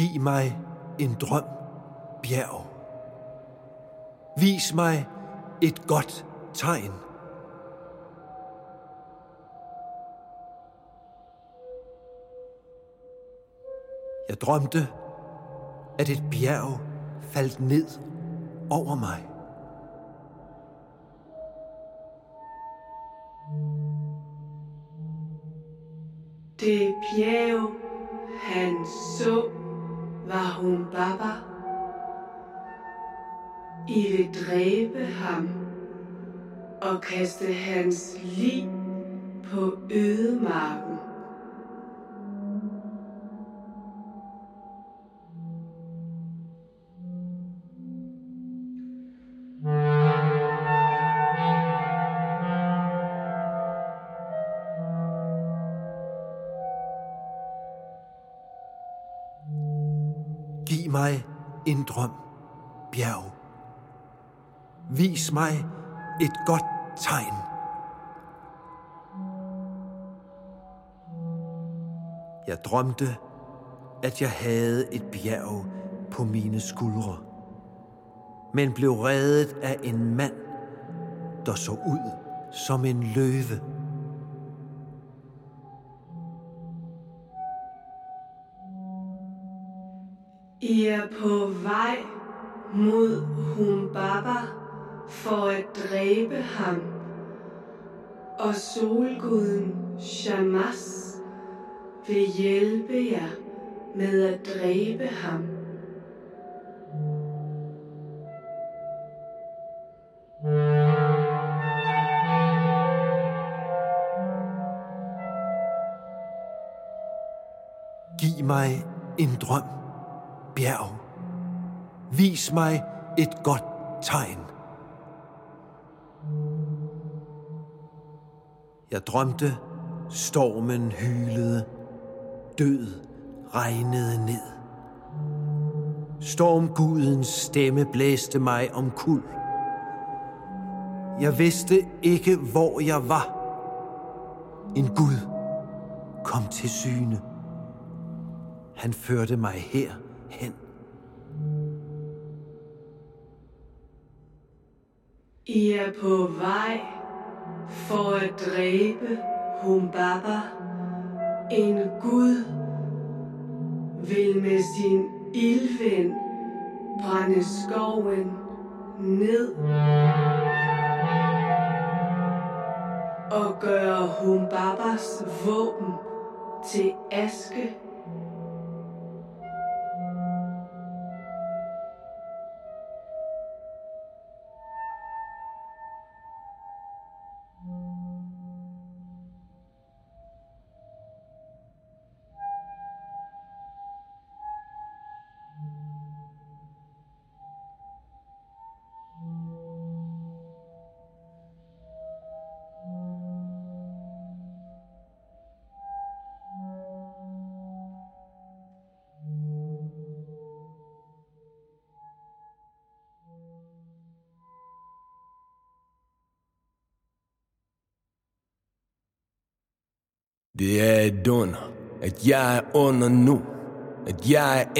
Giv mig en drøm, bjerg. Vis mig et godt tegn. Jeg drømte, at et bjerg faldt ned over mig. Det bjerg, han så, var Humbaba. I vil dræbe ham og kaste hans lig på ødemarken. Giv mig en drøm, bjerg. Vis mig et godt tegn. Jeg drømte, at jeg havde et bjerg på mine skuldre, men blev reddet af en mand, der så ud som en løve. I er på vej mod Humbaba for at dræbe ham, og solguden Shamash vil hjælpe jer med at dræbe ham. Giv mig en drøm, bjerg. Vis mig et godt tegn. Jeg drømte, stormen hylede, død regnede ned. Stormgudens stemme blæste mig omkuld. Jeg vidste ikke, hvor jeg var. En Gud kom til syne. Han førte mig herhen. I er på vej for at dræbe Humbaba. En Gud vil med sin ildvind brænde skoven ned og gøre Humbabas våben til aske. Det er et under, at jeg er under nu. At jeg er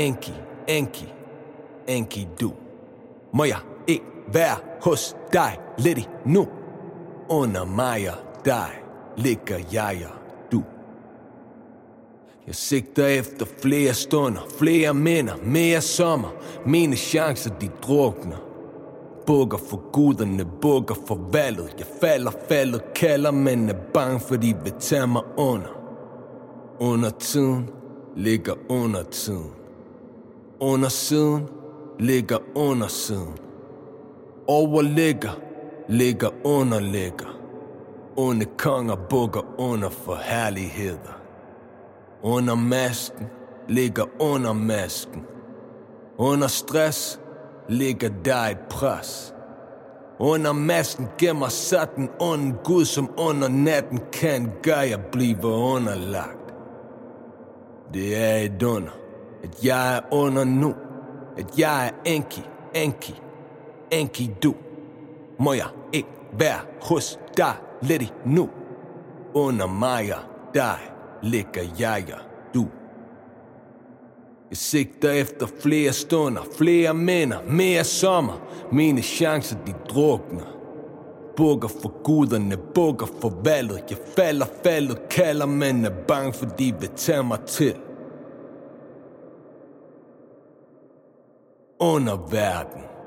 Enki du. Må jeg ikke være hos dig lidt nu? Under mig og dig ligger jeg og du. Jeg sigter efter flere stunder, flere minder, mere sommer. Mine chancer de drukner. Bukker for guderne, bukker for valget. Jeg faldet, kalder, men er bange, for de vil tage mig under. Undertiden ligger undertiden. Undersiden ligger undersiden. Overligger ligger underligger. Onde konger bukker under for herligheder. Under masken ligger under masken. Under stress ligger der et pres. Under masken gemmer sig den onde Gud, som under natten kan gøre jeg blive underlagt. Det er et under, at jeg er under nu. At jeg er Enki du. Må jeg ikke være hos dig lidt nu? Under mig og dig ligger jeg og du. Jeg sigter efter flere stunder, flere minder, mere sommer. Mine chancer, de drukner. Bukker for guderne, bukker for valget. Jeg falder, faldet kalder, men er bange, for de vil tage mig til. Under verden.